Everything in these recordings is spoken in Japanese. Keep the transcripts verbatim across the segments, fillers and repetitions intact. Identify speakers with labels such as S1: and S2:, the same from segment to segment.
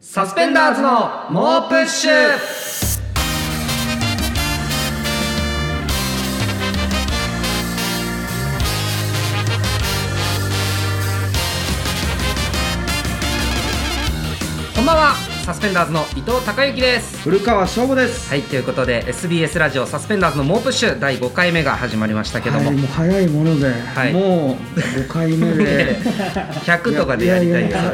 S1: サスペンダーズの猛プッシュ。こんばんは、サスペンダーズの伊藤孝之です。
S2: 古川翔吾です。
S1: はい、ということで エスビーエス ラジオサスペンダーズの猛プッシュだいごかいめが始まりましたけども、
S2: はい、もう早いもので、はい、もうごかいめで
S1: ひゃくとかでやりたいです。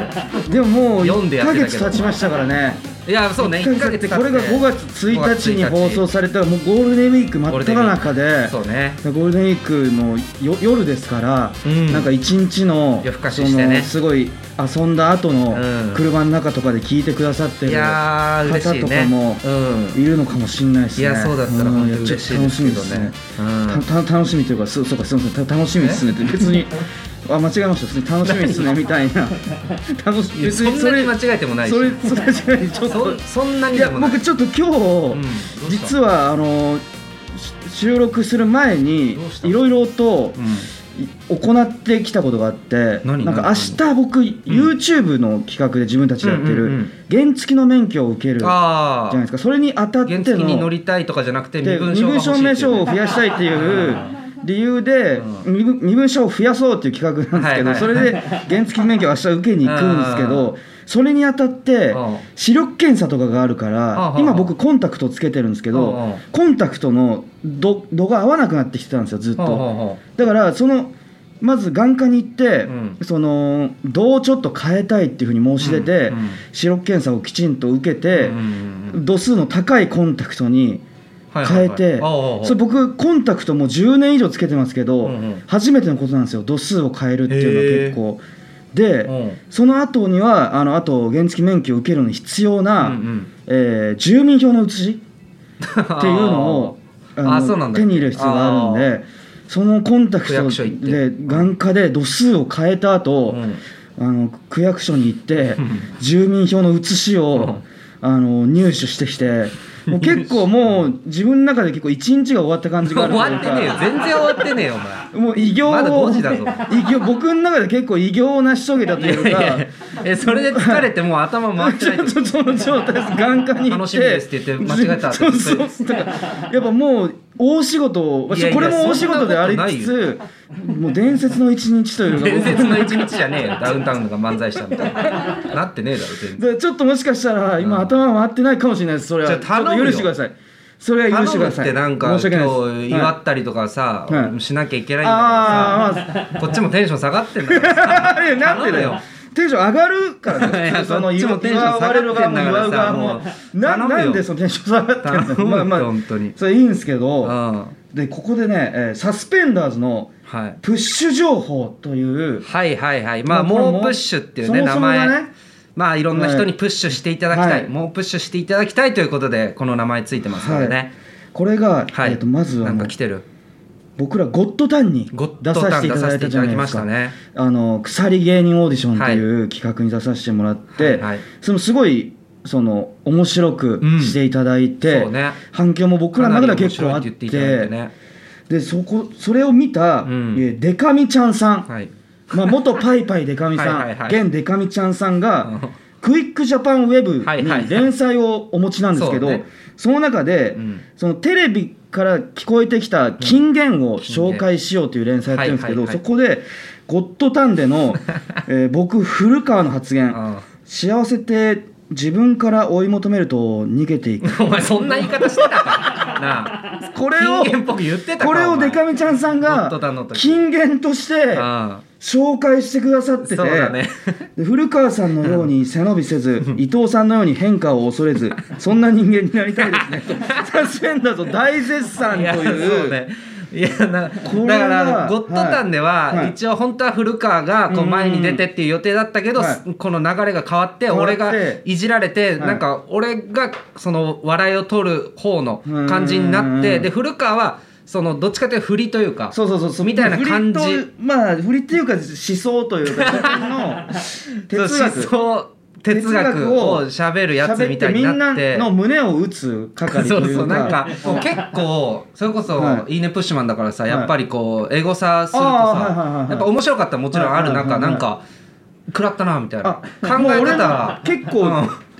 S2: でももう
S1: よんで
S2: いっかげつ経ちましたからね。
S1: いや、そうね、いっかげつ経って
S2: これがごがつついたちに放送されたらもうゴールデンウィーク真っ只中で、
S1: そうね、
S2: ゴールデンウィークのよ夜ですから、うん、なんか一日の
S1: 夜更かししてね、
S2: すごい遊んだ後の車の中とかで聞いてくださってる方とかもいるのかもしれないですね。
S1: いや、そうだったら本当に嬉しいですけどね。
S2: 楽しみというか、そうか、すみません、楽しみですねって別にあ、間違えました。普通に楽しみですねみたいな。
S1: 楽しみ。そんなに間違えてもないし。
S2: それそれそれちょっと
S1: そ, そんなにでもない。
S2: いや、僕ちょっと今日、うん、実はあの収録する前にいろいろと、うん、行ってきたことがあって、なんか明日僕、うん、YouTube の企画で自分たちでやってる原付の免許を受けるじゃないですか。それに当たっての
S1: 原付に乗りたいとかじゃなくて身分
S2: 証明書を増やしたいっていう理由で、うん、身, 分身分証を増やそうっていう企画なんですけど、はいはい、それで原付免許を明日受けに行くんですけど、それにあたって視力検査とかがあるから、今僕コンタクトつけてるんですけど、コンタクトの 度, 度が合わなくなってきてたんですよ、ずっと。だからそのまず眼科に行って、うん、その度をちょっと変えたいっていうふうに申し出て、うんうん、視力検査をきちんと受けて、うんうんうん、度数の高いコンタクトに変えて、それ僕コンタクトもうじゅうねん以上つけてますけど、うんうん、初めてのことなんですよ、度数を変えるっていうのは結構で、うん、その後にはあのあと原付免許を受けるのに必要な、うんうん、えー、住民票の写しっていうのをあのあ手に入れる必要があるんで、そのコンタクトで眼科で度数を変えた後、うん、あの区役所に行って住民票の写しを、うん、あの入手してきて、もう結構もう自分の中で結構一日が終わった感じがあるというか。
S1: 終わってねえよ、全然終わってねえよお前。
S2: もう偉業を、
S1: まだごじだぞ。
S2: 偉業、僕の中で結構偉業を成し遂げたというか。いやいや、
S1: え、それで疲れてもう頭回ってないと
S2: その状態です。眼科に行って
S1: 楽しみですって言って間違えた。
S2: そうそう、だからやっぱもう大仕事を、これも大仕事でありつつ、もう伝説の一日というか。
S1: 伝説の一日じゃねえよ、ダウンタウンが漫才したみたいななってねえだろ全然。
S2: ちょっともしかしたら今頭回ってないかもしれないです。それはちょっと許してください。それは許してください。
S1: 頼むって、なんか今日祝ったりとかさ、はい、しなきゃいけないんだからさ、こっちもテンション下がってんだからさ。いや、なんでだよ、
S2: テンション上がるからね。その祝われる側も祝う側もなんでそのテンション下がってんの。まあまあ本当にそれいいんですけど、でここでね、えー、サスペンダーズのプッシュ情報という、
S1: はい、はいはいはい、まあ猛プッシュっていうね、名前、まあいろんな人にプッシュしていただきたい、はい、猛プッシュしていただきたいということでこの名前ついてますのでね、はい、
S2: これが、はい、えー、とまずは
S1: なんか来てる、
S2: 僕らゴッドタンに出させていただいたじゃないですか。あの鎖芸人オーディションという企画に出させてもらって、はいはい、そのすごいその面白くしていただいて、うん、そうね、反響も僕らの中では結構あって、ね、で そ, こそれを見た、うん、デカミちゃんさん、はい、まあ、元パイパイデカミさんはいはい、はい、現デカミちゃんさんがクイックジャパンウェブに連載をお持ちなんですけど、はいはいはい、その中で、うん、そのテレビから聞こえてきた金言を紹介しようという連載やってるんですけど、うん、そこでゴッドタンでの、えー、僕古川の発言、幸せって自分から追い求めると逃げていく。
S1: お前そんな言い方してたかなあ。
S2: これを
S1: 金言っぽく言ってたか。
S2: これをデカミちゃんさんが金言として紹介してくださってて、そうだね、で古川さんのように背伸びせず、伊藤さんのように変化を恐れず、そんな人間になりたいですねとサスペンダーズ大絶賛という。いや、そうね、
S1: いや、なだからゴッドタンでは一応本当は古川がこう前に出てっていう予定だったけど、この流れが変わって俺がいじられて、なんか俺がその笑いを取る方の感じになって、で古川はそのどっちかというと振りというか、
S2: そうそうそうそう、
S1: みたいな感じ、
S2: 振りと、まあ振りっていうか思想というかの哲学、
S1: 思想哲学を喋るやつみたいになって、
S2: みんなの胸を打つ係というか、そうそう、なんか
S1: 結構それこそいいねプッシュマンだからさ、やっぱりこうエゴサするとさ、やっぱ面白かったらもちろんある中、なんか食らったなみたいな考え方は
S2: 結構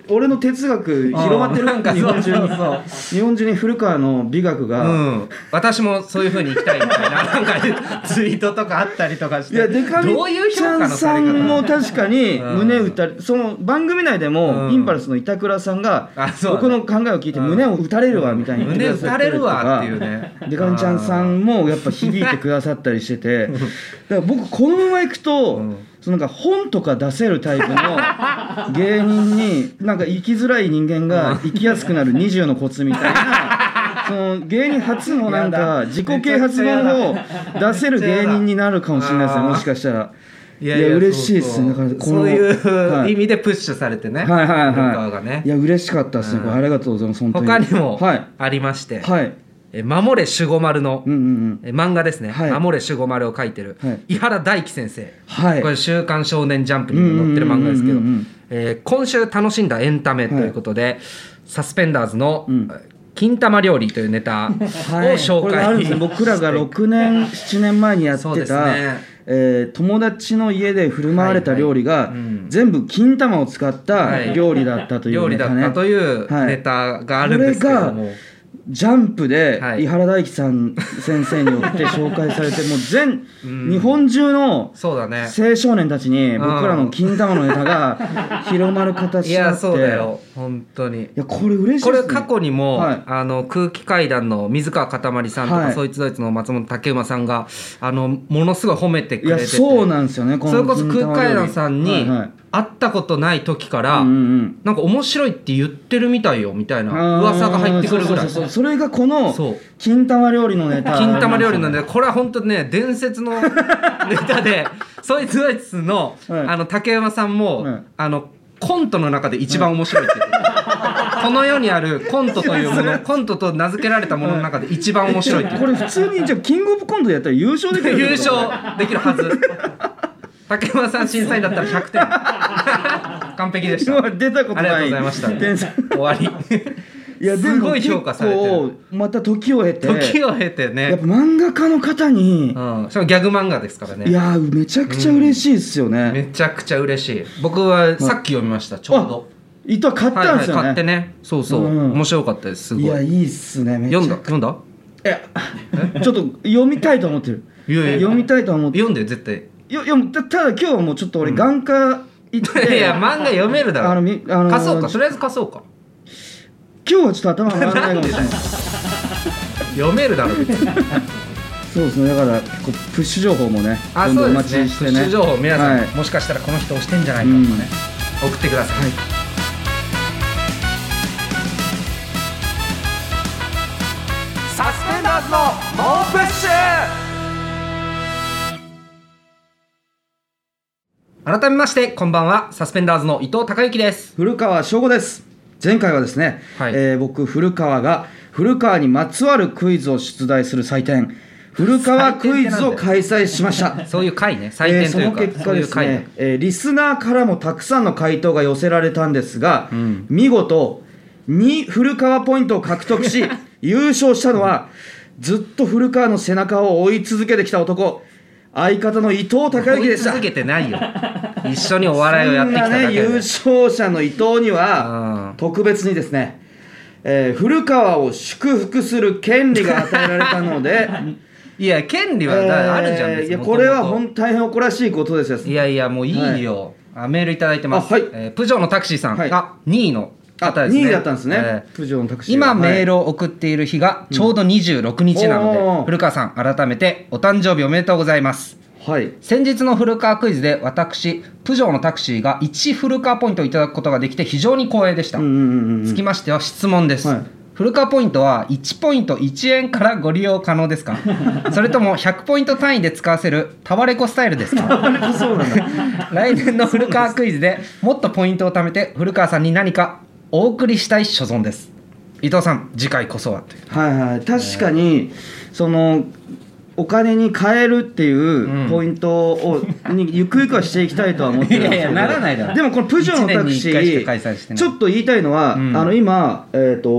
S2: 俺の哲学広まってるなんか日本中に日本中に古川の美学が、
S1: うん、私もそういう風に生きたいみたいななんかツイートとかあったりとかして、いや
S2: デカミちゃんさんも確かに胸打たれ、うん、その番組内でも、うん、インパルスの板倉さんが、ね、僕の考えを聞いて胸を打たれるわみたいに
S1: 言ってくださったりとか、胸打たれるわっていうね、
S2: デカミちゃんさんもやっぱ響いてくださったりしててだから僕このままいくと、うん、そのなんか本とか出せるタイプの芸人になんか生きづらい人間が生きやすくなるにじゅうのコツみたいなその芸人初のなんか自己啓発本を出せる芸人になるかもしれないですね、もしかしたら。いやいや嬉しいですね。だからこの
S1: そういう意味でプッシュされてね、
S2: はいはいはい、ね、いや嬉しかったですね、これありがとうございます。本当に
S1: 他にもありまして、はい、え守れ守護丸の、うんうんうん、漫画ですね、はい、守れ守護丸を描いてる、はい、井原大樹先生、はい、これ週刊少年ジャンプにも載ってる漫画ですけど、えー、今週楽しんだエンタメということで、はい、サスペンダーズの、うん、金玉料理というネタを紹介、はい、これあるんですね。僕らがろくねんななねんまえにやってた、えー、友達の家で振る舞われた料理が、はいはい、うん、全部金玉を使った料理だったというネタ、ね、 料理だったというネタがあるんですけども、
S2: はい、ジャンプで井原大樹さん先生によって紹介されて、もう全日本中の青少年たちに僕らの金玉のネタが広まる形になって、いやそうだよ
S1: 本当に。い
S2: やこれ嬉しいですね。
S1: これ過去にも、はい、あの空気階段の水川かたまりさんとか、はい、そいつどいつの松本武馬さんがあのものすごい褒めてくれてて、いや
S2: そうなんですよね。
S1: このそれこそ空気階段さんに、はいはい、会ったことない時から、うんうん、なんか面白いって言ってるみたいよみたいな噂が入ってくるぐらい。
S2: そうそうそう、それがこの金玉料理のネタ、
S1: 金玉料理のネタ、これは本当ね伝説のネタでそいつどいつの、はい、あの竹山さんも、はい、あのコントの中で一番面白いって言ってる、はい、この世にあるコントというものコントと名付けられたものの中で一番面白いって言ってる。
S2: これ普通にじゃあキングオブコントでやったら優勝できる
S1: 優勝できるはず。竹山さん審査員だったらひゃくてん完璧でした。
S2: 出たことない。
S1: ありがとうございました。終わり。いやすごい評価されてる。
S2: また時を経て
S1: 時を経てね、
S2: やっぱ漫画家の方に、
S1: うん、それギャグ漫画ですからね。
S2: いやめちゃくちゃ嬉しいですよね、うん、
S1: めちゃくちゃ嬉しい。僕はさっき読みました、ちょうど。
S2: 糸買ったんですよね、はいはい、
S1: 買ってね。そうそう、うん、面白かったです。すごい。い
S2: やいいっすね。めちゃ
S1: 読んだ読んだ
S2: えちょっと読みたいと思ってる。いやいや読みたいと思って
S1: 読んで絶対
S2: よよただ今日はもうちょっと俺眼科行って、うん、
S1: いや漫画読めるだろ。あのみあのー、貸そうか、とりあえず貸そうか。
S2: 今日はちょっと頭が回らないかもしれない
S1: 読めるだろ別に
S2: そうですね。だからこうプッシュ情報もね、
S1: あ、
S2: どんどんお待ちしてね。
S1: プッシュ情報皆さん、はい、もしかしたらこの人押してんじゃないかとかね、うん、送ってください、はい。サスペンダーズの猛プッシュ。改めましてこんばんは。サスペンダーズの伊藤孝之です。
S2: 古川翔吾です。前回はですね、はい、えー、僕古川が古川にまつわるクイズを出題する祭典、古川クイズを開催しました。
S1: そういう回ね、祭典というか、
S2: えー、その結果ですね、えー、リスナーからもたくさんの回答が寄せられたんですが、うん、見事に古川ポイントを獲得し優勝したのは、ずっと古川の背中を追い続けてきた男、相方の伊藤孝之でした。
S1: 追い続けてないよ。一緒にお笑いをやってきただけで。
S2: そんなね、優勝者の伊藤には特別にですね、えー、古川を祝福する権利が与えられたので
S1: いや権利はあるじゃん、えー、
S2: いやこれは本当大変誇らしいことですよ。
S1: いやいやもういいよ、はい、あメールいただいてます、はい、えー、プジョーのタクシーさんがにいの方ですね。
S2: にいだったんですね、えー、プジョーのタクシー。
S1: 今メールを送っている日がちょうどにじゅうろくにちなので、うん、古川さん改めてお誕生日おめでとうございます。はい、先日の古川クイズで私プジョーのタクシーがいち古川ポイントをいただくことができて非常に光栄でした。うんうんうんうん、つきましては質問です、はい、古川ポイントはいちポイントいちえんからご利用可能ですかそれともひゃくポイント単位で使わせるタワレコスタイルですか
S2: そうなんだ
S1: 来年の古川クイズでもっとポイントを貯めて古川さんに何かお送りしたい所存です。伊藤さん次回こそはという。
S2: はいはい、確かにそのお金に変えるっていうポイントを、うん、にゆくゆくはしていきたいとは思ってるんですけど、いやいやならないだろ。でもこのプジョーのタクシーちょっと言いたいのは、うん、あの今、えーと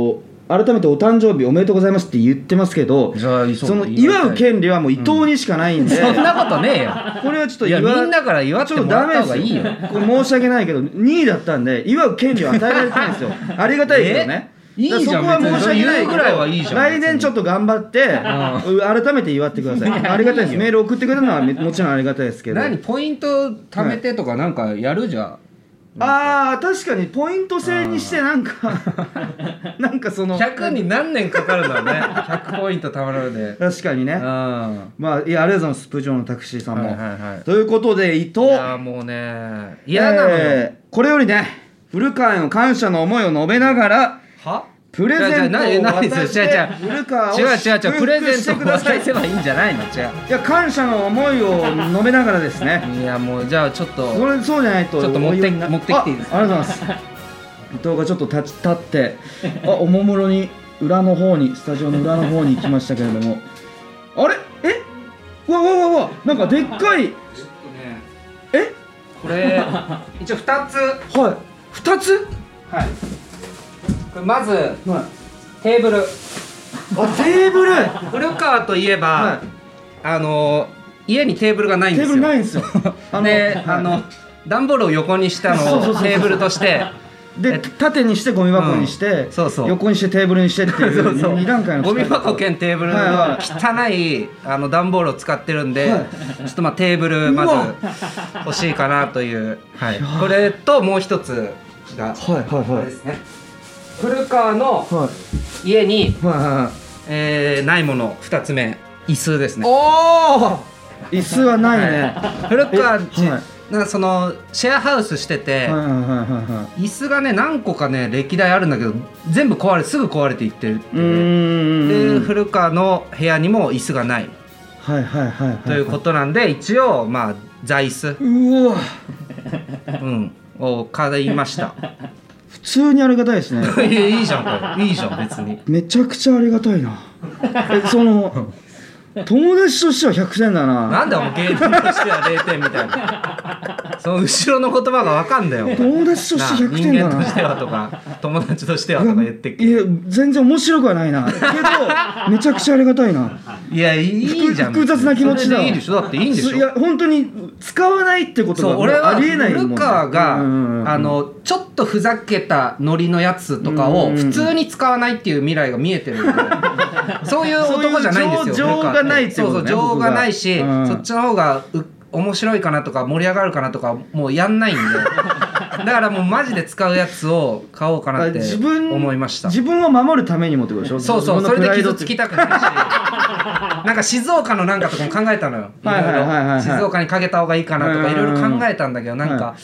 S2: 改めてお誕生日おめでとうございますって言ってますけど、その祝う権利はもう伊藤にしかないんで、
S1: うん、そんなことねえよ。
S2: これはちょっと
S1: いやみんなから祝ってもらった方がいいよ。
S2: これ申し訳ないけどにいだったんで祝う権利は与えられてないんですよ。ありがたいけどね。
S1: いいじゃん、
S2: そこは申し訳ない
S1: ぐらいはいいじゃん。
S2: 来年ちょっと頑張って、うん、改めて祝ってください。ありがたいです。メール送ってくれたのはもちろんありがたいですけど。
S1: 何ポイント貯めてとかなんかやるじゃん。
S2: あー確かにポイント制にしてなんかなんかその
S1: ひゃくに何年かかるんだろうね。ひゃくポイント貯まるで。
S2: 確かにね。まあいやありがとうございます。プジョーのタクシーさんも、
S1: はいはいはい、
S2: ということで伊藤、い
S1: やもうね嫌なのよ、え
S2: ー、これよりね古川への感謝の思いを述べながら
S1: は
S2: プレゼントを渡して古川を
S1: 祝福してください。違う違う違うプレゼントを渡せばいいんじゃないの。違う
S2: いや感謝の思いを述べながらですね。
S1: いやもうじゃあちょっと
S2: それそうじゃないと
S1: ちょっと持って持ってきていいですか。
S2: ありがとうございます。伊藤がちょっと立ち立ってあおもむろに裏の方にスタジオの裏の方に行きましたけれどもあれえわわわわなんかでっかいちょっとねえ
S1: これ一応ふたつ
S2: はいふたつ
S1: はいこれまず、はい、テーブルあ
S2: テーブル
S1: 古川といえば、はい、あの家にテーブルがないんですよ。
S2: テーブルないんですよ。
S1: あので、はい、あの段ボールを横にしたのをテーブルとして
S2: で縦にしてゴミ箱にして、うん、そうそう横にしてテーブルにしてっていうそうそうに段階の
S1: ゴミ箱兼テーブルの汚いあの段ボールを使ってるんで、はい、ちょっとまあテーブルまず欲しいかなという、はい、これともう一つが、はいはいはい、ですね古川の家に、はいえー、ないものふたつめ椅子ですね。
S2: おお椅子はないね。
S1: 古川なんかそのシェアハウスしてて椅子がね何個かね歴代あるんだけど全部壊れすぐ壊れていってるっていうで古川の部屋にも椅子がないということなんで一応まあ座椅子うわ、うん、を買いました。
S2: 普通にありがたいですね。
S1: いやいいじゃんこれいいじゃん別に
S2: めちゃくちゃありがたいな。えその友達としてはひゃくてんだな。
S1: なんだもう芸人としてはれいてんみたいなその後ろの言葉がわかんだよ。
S2: 友達としてひゃくてんだな。
S1: 人間としてはとか友達としてはとか言ってっけど
S2: いや全然面白くはないなけどめちゃくちゃありがたいな。
S1: いやいいじゃん
S2: 複雑な気持ちだ。
S1: それでいいでしょだっていいんでしょ。
S2: いや本当に使わないってことがありえないもん。
S1: 古川があのちょっとふざけたノリのやつとかを普通に使わないっていう未来が見えてるんでそういう男じゃないんですよ。
S2: 情がないってことね。
S1: そうそう情がないし、うん、そっちの方が面白いかなとか盛り上がるかなとかもうやんないんでだからもうマジで使うやつを買おうかなって思いました。
S2: 自分を守るためにもってことでしょ。
S1: そうそうそれで傷つきたくないしなんか静岡のなんかとかも考えたのよ。いろいろ静岡にかけた方がいいかなとかいろいろ考えたんだけどなんか、はい、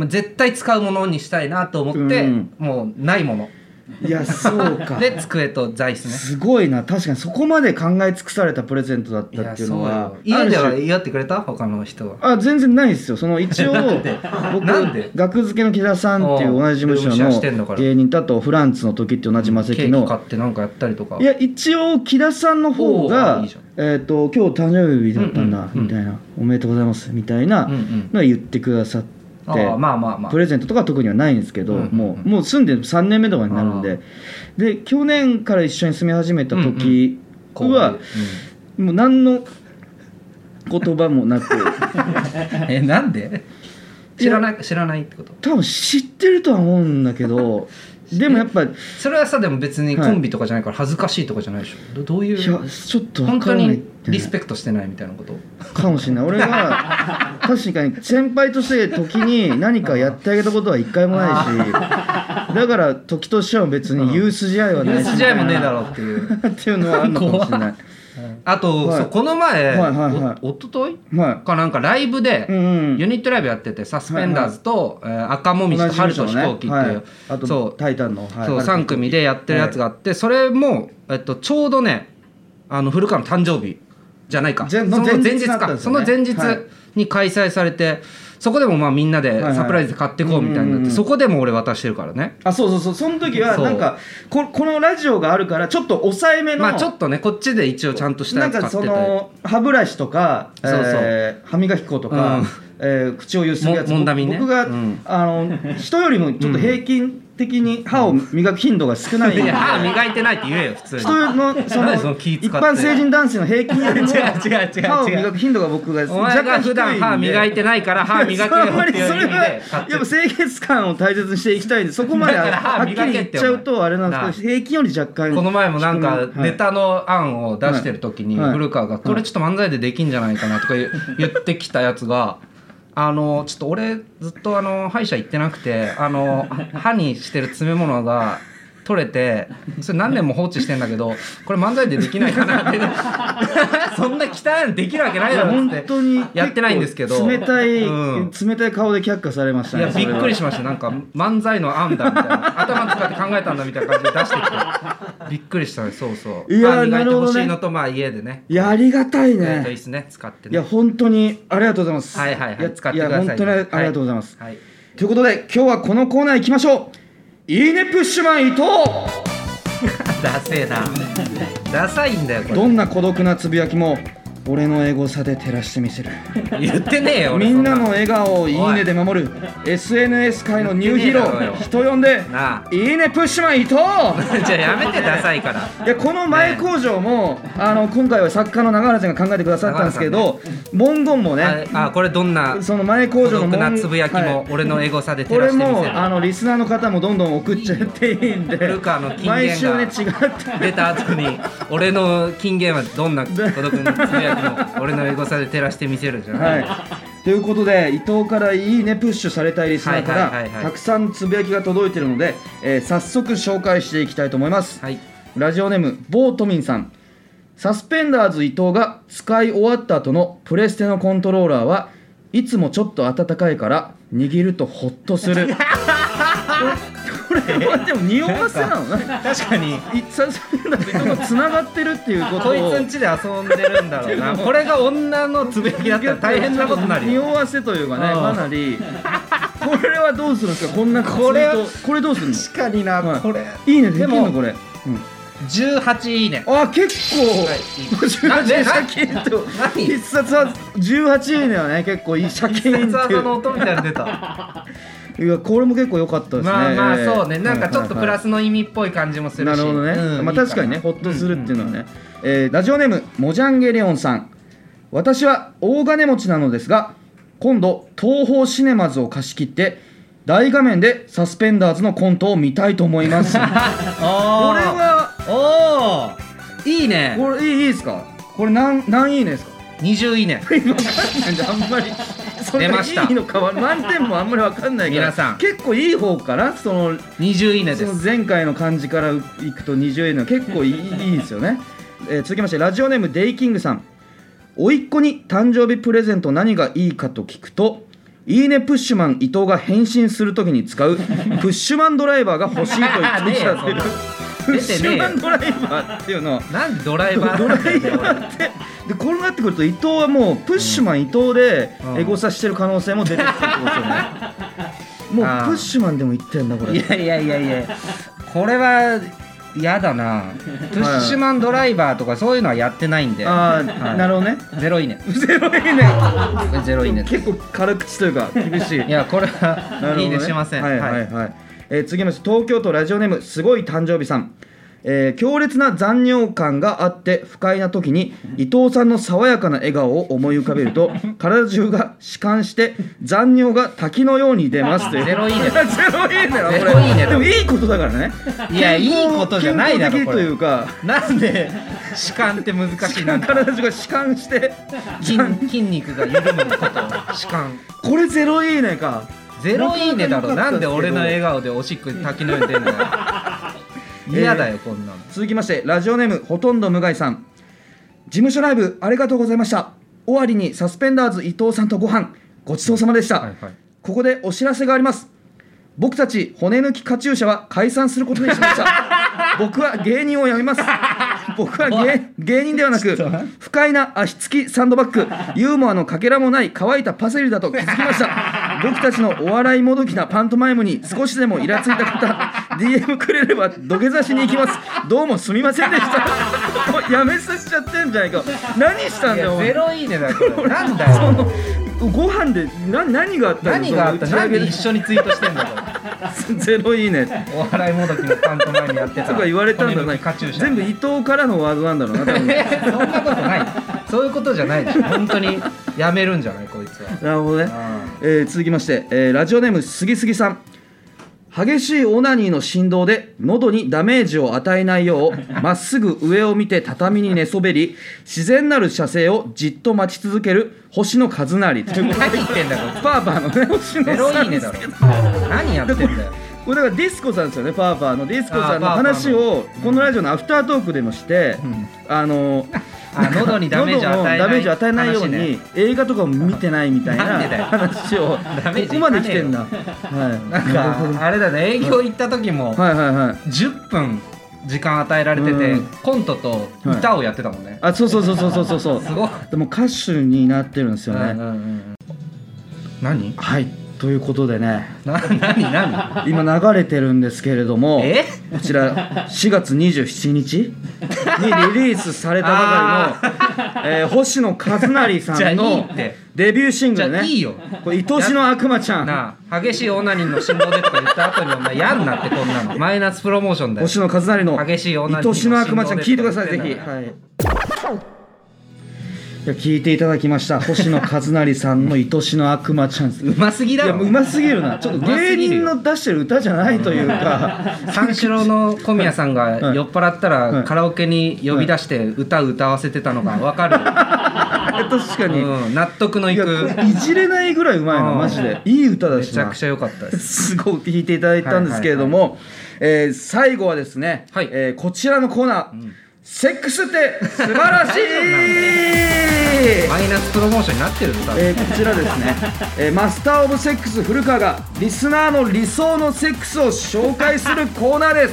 S1: 絶対使うものにしたいなと思って、うん、もうないもの
S2: いやそうか
S1: で机と座椅子ね。
S2: すごいな確かにそこまで考え尽くされたプレゼントだったっていうのは。
S1: 家では祝ってくれた他の人は。
S2: あ全然ないですよ。その一応僕学付けの木田さんっていう同じ事務所の芸人とあとフランツの時って同じマセキの
S1: ケーキ買ってなんかやったりとか。
S2: いや一応木田さんの方がえっと今日誕生日だったんだみたいなおめでとうございますみたいなのは言ってくださって。
S1: あまあまあまあ、
S2: プレゼントとか特にはないんですけど、うんうんうん、もうもう住んでさんねんめとかになるんでで去年から一緒に住み始めた時は、うんうんうん、もう何の言葉もなく
S1: えなんで知らない知らないってこと。
S2: 多分知ってるとは思うんだけどでもやっぱ
S1: それはさでも別にコンビとかじゃないから恥ずかしいとかじゃないでしょ。 ど, どういう。
S2: いやちょっと分からない。
S1: 本当にリスペクトしてないみたいなこと
S2: かもしれない。俺は確かに先輩として時に何かやってあげたことは一回もないしだから時としては別に言う筋合いはないし、
S1: 言う筋合いもねえだろうっていう
S2: っていうのはあるのかもしれない。
S1: あと、はい、そうこの前、はいはいはい、お, おととい、はい、かなんかライブで、うんうん、ユニットライブやっててサスペンダーズと、はいはいえー、赤もみじと春と飛行機っていう、はい、
S2: あとそうタイタンの、はい、
S1: そうさん組でやってるやつがあって、はい、それも、えっと、ちょうどねあの古川の誕生日じゃないかその前日か、ね、その前日に開催されて、はい、そこでもまあみんなでサプライズで買ってこうみたいになって、はいはい、そこでも俺渡してるからね。
S2: あそうそうそうその時はなんか こ, このラジオがあるからちょっと抑えめの
S1: まあちょっとねこっちで一応ちゃんとしたやつ買ってたりなんかその
S2: 歯ブラシとかそうそう、えー、歯磨き粉とか、うんえー、口をゆすぐやつ、
S1: もんだみね、
S2: 僕が、うん、あの人よりもちょっと平均的に歯を磨く頻度が少ないんで、
S1: いや歯磨いてないって言えよ普通に。
S2: 人のその一般成人男性の平均よりも歯を磨く頻度が僕が
S1: お前が普段歯磨いてないから歯磨けよっていう意味で
S2: やっぱ清潔感を大切にしていきたいんで、そこまではっきり言っちゃうとあれなんですけど、平均より若干。
S1: この前もなんかネタの案を出してる時に古川がこれちょっと漫才でできんじゃないかなとか言ってきたやつが、あのちょっと俺ずっとあの歯医者行ってなくて、あの歯にしてる詰め物が取れてそれ何年も放置してんだけどこれ漫才でできないかなってそんな汚いのできるわけないだろってやってないんですけど、
S2: 冷たい、うん、冷たい顔で却下されましたね。
S1: いやびっくりしました。なんか漫才の案だみたいな、頭使って考えたんだみたいな感じで出してきてびっくりしたね。そうそう、
S2: いや
S1: 磨いてほしいのと、まあ家でね、
S2: いやありがたいね。
S1: いいっすね、使ってね。
S2: いや本当にありがとうございます。
S1: はいはいはい、使ってください。
S2: いや本当にありがとうございます、
S1: はいはい、
S2: ということで今日はこのコーナー行きましょう。いいねプッシュマン伊藤
S1: ダセえな、ダサいんだよこれ。
S2: どんな孤独なつぶやきも俺のエゴサで照らしてみせる。
S1: 言ってねえよ。
S2: みんなの笑顔をいいねで守る エスエヌエス 界のニューヒーロー、人呼んでいいねプッシュマン伊藤じ
S1: ゃあやめてダサいから。
S2: いやこの前工場も、ね、あの今回は作家の永原ちゃんが考えてくださったんですけど、ね、文言もね、
S1: ああこれどんな
S2: その前工場の
S1: 孤独なつぶやきも俺のエゴサで照らしてみせる。
S2: これもあのリスナーの方もどんどん送っちゃっていいんで、
S1: 古川の金言が
S2: 毎週ね違って
S1: 出た後に俺の金言はどんな孤独なつぶやきも俺のエゴサで照らしてみせるじゃん、
S2: はい、ということで伊藤からいいねプッシュされたいリスナーからたくさんつぶやきが届いているので、えー、早速紹介していきたいと思います、はい、ラジオネームボートミンさん。サスペンダーズ伊藤が使い終わった後のプレステのコントローラーはいつもちょっと温かいから握るとホッとするこれはでも匂わせなのね。
S1: 確かに
S2: サスペンダーズ伊藤がつながってるっていうことを
S1: こいつん家で遊んでるんだろうなこれが女のつぶやきだったら大変なことになるよ。
S2: 匂わせというかね、かなりこれはどうするんですか。こんな
S1: これ
S2: これどうするの。
S1: 確かにな、はい、これ
S2: いいねできるのこれ、うん、
S1: じゅうはちいいね。
S2: あ結構じゅうはちいいねシャキッと必殺はじゅうはちいいねはね結構いいシャキンっていう必
S1: 殺技の音みたいなの出た
S2: いやこれも結構良かったですね。
S1: まあまあそうね、なんかちょっとプラスの意味っぽい感じもするし、
S2: なるほどね、うん、まあ確かにねホッとするっていうのはね、うんうんうん、えー、ラジオネームモジャンゲレオンさん。私は大金持ちなのですが今度東宝シネマズを貸し切って大画面でサスペンダーズのコントを見たいと思いますこれは
S1: おーいいね。
S2: これいいいいですか。これ何何いいねですか。
S1: にじゅういいね
S2: あんまりそんないいのか満点もあんまり分かんないから
S1: 皆さん
S2: 結構いい方かな。その
S1: にじゅういいねです。
S2: その前回の感じからいくとにじゅういいねは結構いい、いいですよね、えー、続きましてラジオネームデイキングさん。甥っ子に誕生日プレゼント何がいいかと聞くといいねプッシュマン伊藤が変身するときに使うプッシュマンドライバーが欲しいと言ってきたというプッシュマンドライバーっていうのは
S1: なんでドライバー
S2: ドライバーってでこうなってくると伊藤はもうプッシュマン伊藤でエゴサしてる可能性も出てきてるってことですよね。もうプッシュマンでも言ってんだこれ。
S1: いやいやいやいやこれはやだな。プッシュマンドライバーとかそういうのはやってないんで。
S2: ああ、はい、なるほどね。
S1: ゼロいいね。
S2: ゼロいいね。
S1: ゼロいいね。
S2: 結構辛口というか厳しい。
S1: いやこれはいいねしません。
S2: はいはいはい。えー、次まして東京都ラジオネームすごい誕生日さん。えー、強烈な残尿感があって不快な時に伊藤さんの爽やかな笑顔を思い浮かべると体中が弛緩して残尿が滝のように出ますという。
S1: ゼロいいね。
S2: ゼロいいねだこれ。
S1: ゼロいいねだ。
S2: でもいいことだからね。
S1: いやいいことじゃないだろこれ。
S2: 健康的というか
S1: なんで弛緩って難しいな。
S2: 体中が弛緩して
S1: 筋, 筋肉が緩むこと弛緩。
S2: これゼロいいねか。
S1: ゼロいいねだろ。なんで俺の笑顔でおしっこ滝のように出るんだよ。嫌だよ、えー、こんなの。
S2: 続きましてラジオネームほとんど無害さん。事務所ライブありがとうございました。終わりにサスペンダーズ伊藤さんとご飯ごちそうさまでした、はいはい、ここでお知らせがあります。僕たち骨抜きカチューシャは解散することにしました僕は芸人を辞めます。僕は 芸, 芸人ではなく不快な足つきサンドバッグユーモアのかけらもない乾いたパセリだと気づきました。僕たちのお笑いもどきなパントマイムに少しでもイラついた方 ディーエム くれれば土下座しに行きます。どうもすみませんでしたやめさせちゃってんじゃないか。何したんだよ。
S1: ゼロいいねだこれ。なんだよ
S2: ご飯でな何があったの。
S1: 何があった。なんで一緒にツイートしてんだよ
S2: ゼロいいね
S1: お笑いもどきのパントマイムやってた
S2: とか言われたんだな。全部伊藤からのワードなんだろうな多分。
S1: そんなことない。そういうことじゃないでしょ。本当にやめるんじゃないこいつは。
S2: なるほどね。えー、続きまして、えー、ラジオネームすぎすぎさん。激しいオナニーの振動で喉にダメージを与えないようまっすぐ上を見て畳に寝そべり自然なる射精をじっと待ち続ける星野一成ということで、
S1: 何言ってんだよ
S2: パーパーのね星野
S1: ゼロいいねだろ。何やってんだよ。
S2: これだからディスコさんですよね。パーパーのディスコさんの話をこのラジオのアフタートークでもして、うん、あの
S1: あ喉にダメージを与えない、
S2: ダメージを与えないように映画とかも見てないみたいな話をここまで来てんだ。はい、
S1: なんかあれだね、営業行った時もじゅっぷん時間与えられてて、コントと歌をやってたもんね。
S2: あ、そうそうそうそうそうそう。すごい。でも歌手になってるんですよね。 何？はい。ということでね、
S1: な何何
S2: 今流れてるんですけれども、
S1: え
S2: こちらしがつにじゅうしちにちにリリースされたばかりの、えー、星野一成さんのデビューシングルね。
S1: じゃあいいよ。
S2: これ愛しの悪魔ちゃん。
S1: なあ、激しいオナニーの振動でとか言った後にお前やんなってこんなの。マイナスプロモーションだよ。
S2: 星野一成の
S1: 激しいオナニーの
S2: 愛しの悪魔ちゃん聞いてくださいぜひ。はい。いや聞いていただきました星野一成さんの愛しの悪魔ちゃん。
S1: うますぎだろ。
S2: いやうますぎるな。ちょっと芸人の出してる歌じゃないというか、
S1: 三四郎の小宮さんが酔っ払ったらカラオケに呼び出して歌を歌わせてたのが分かる。
S2: 確かに、
S1: うん、納得のいく。
S2: いじれないぐらいうまいのマジで。いい歌だしな。
S1: めちゃくちゃ良かったです。
S2: すごい弾いていただいたんですけれども、はいはいはい、えー、最後はですね、はい、えー、こちらのコーナー、うん、セックスって素晴らしい
S1: マイナスプロモーションになってるんだ、
S2: えー、こちらですね、えー、マスターオブセックス古川がリスナーの理想のセックスを紹介するコーナーです。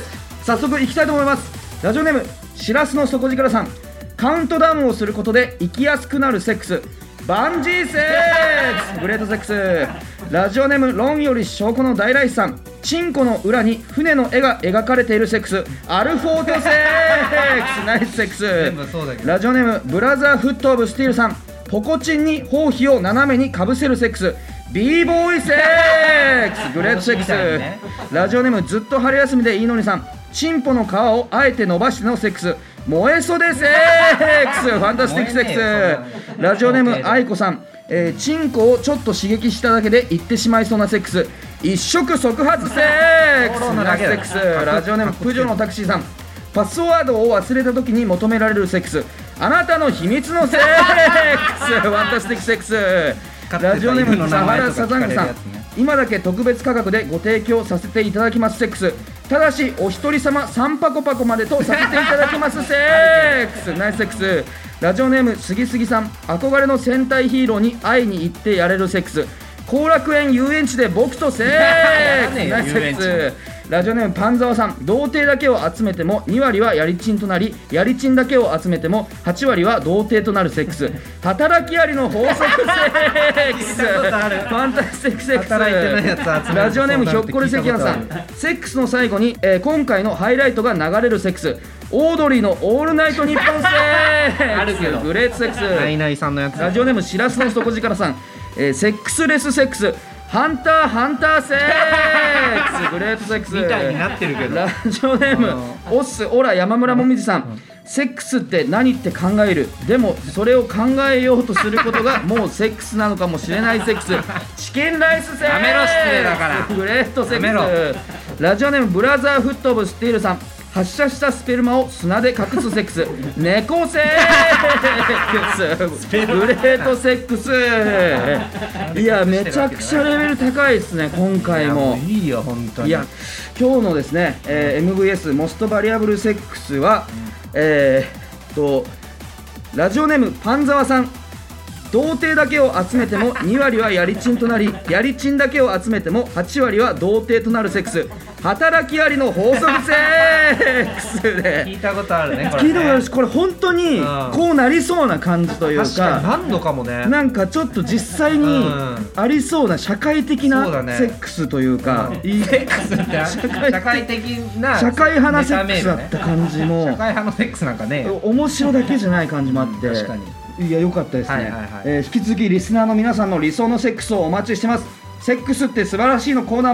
S2: 早速いきたいと思います。ラジオネームしらすの底力さん。カウントダウンをすることで生きやすくなるセックス、バンジーセックス、グレートセックス。ラジオネーム論より証拠の大来さん。チンコの裏に船の絵が描かれているセックス、アルフォートセックス、ナイスセックス。ラジオネームブラザーフットオブスティールさん。ポコチンに包皮を斜めにかぶせるセックス、ビーボーイセックス、グレートセックス、ね、ラジオネームずっと春休みでいいのにさん。チンポの皮をあえて伸ばしてのセックス、燃え袖セックス、ファンタスティックセックス。ラジオネーム愛子さん。えー、チンコをちょっと刺激しただけでいってしまいそうなセックス、一触即発セックス、ナイスセックス。ラジオネームプジョのタクシーさん。パスワードを忘れた時に求められるセックス、あなたの秘密のセックス、ファンタスティックセックス。ラジオネームサハラサザングさん。今だけ特別価格でご提供させていただきますセックス、ただしお一人様さんパコパコまでとさせていただきますセックス、ナイスセックス。ラジオネームすぎすぎさん。憧れの戦隊ヒーローに会いに行ってやれるセックス、後楽園遊園地で僕とセックス、ナイスセックス。ラジオネームパンザワさん。童貞だけを集めてもにわりはやりちんとなり、やりちんだけを集めてもはちわりは童貞となるセックス、働きありの法則セックス、ファンタスティックセックス。ラジオネームひょっこり関谷さん。セックスの最後に、えー、今回のハイライトが流れるセックス、オードリーのオールナイトニッポンセックス、グレートセックス。
S1: ナイナイさんのやつ。
S2: ラジオネームしらすの底力さん。えー、セックスレスセックス、ハンターハンターセックス、グレートセックス
S1: みたいになってるけど。
S2: ラジオネームオッスオラ山村もみじさん。セックスって何って考える、でもそれを考えようとすることがもうセックスなのかもしれないセックス、チキンライスセックス、
S1: やめろ失礼だから、
S2: グレートセックス。ラジオネームブラザーフットオブスティールさん。発射したスペルマを砂で隠すセックス、猫セックス、グレートセックス。いやめちゃくちゃレベル高いですね今回も。
S1: いいよ本当に。
S2: いや今日のですね、えー、エムブイエス モストバリアブルセックスは、うん、えー、とラジオネームパンザワさん。童貞だけを集めてもにわりはやりちんとなり、やりちんだけを集めてもはちわりは童貞となるセックス、働きありの法則セックスで。
S1: 聞いたことあるねこれね。
S2: 聞いたことあるし、これ本当にこうなりそうな感じというか、
S1: 確かに何度かもね、
S2: なんかちょっと実際にありそうな社会的なセックスというか、
S1: セックスって社会的な
S2: 社会派なセックスだった感じも、
S1: 社会派のセックスなんかね、
S2: 面白だけじゃない感じもあって、
S1: 確かに
S2: いや良かったですね、はいはいはい。えー、引き続きリスナーの皆さんの理想のセックスをお待ちしてます。セックスって素晴らしいのコーナーまで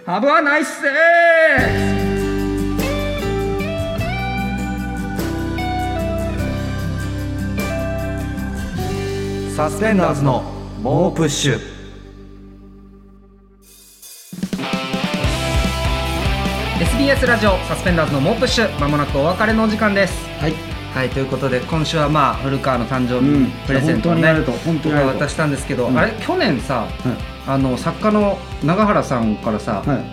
S2: Have a nice day!
S1: サスペンダーズの猛プッシュ。エスビーエス ラジオサスペンダーズの猛プッシュ、まもなくお別れのお時間です。はい、はい、ということで今週はまあ古川の誕生日プレゼントをね、僕が渡したんですけど、うん、あれ去年さ、はい、あの作家の永原さんからさ、はい、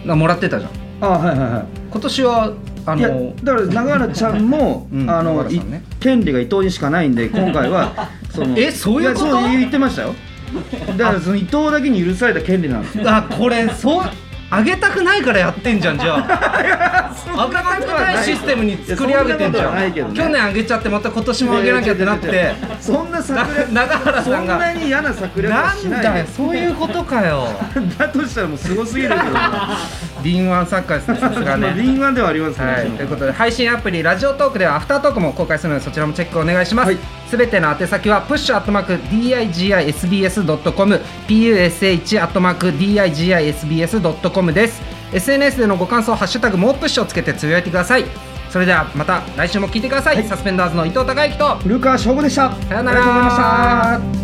S1: もらってたじゃん。あ、はいはいはい。今年はあの
S2: だから永原ちゃんも、うん、あの、ね、権利が伊藤にしかないんで今回はその
S1: えそういうこと？
S2: そう言ってましたよ。だからその伊藤だけに許された権利なんですよ。
S1: あ、これそうあげたくないからやってんじゃん。じゃああげたくないシステムに作り上げてんじゃん、ね、去年あげちゃってまた今年もあげなきゃってなって
S2: そんな策略
S1: 永原さんが
S2: そんなに嫌な策略はしない。
S1: なんだよそういうことかよ
S2: だとしたらもうすごすぎるけど
S1: 敏腕作家ですね、さすがね
S2: 敏腕ではありますね、
S1: はい、ということで配信アプリラジオトークではアフタートークも公開するのでそちらもチェックお願いします。すべ、はい、ての宛先はプッシュアットマーク ディーアイジーアイエスビーエスドットコム プッシュアットマーク ディーアイジーアイエスビーエスドットコム です。 エスエヌエス でのご感想ハッシュタグもうプッシュをつけてつぶやいてください。それではまた来週も聞いてください、はい、サスペンダーズの伊藤孝之と
S2: 古川翔吾でした。
S1: さよなら。ありがとうございました。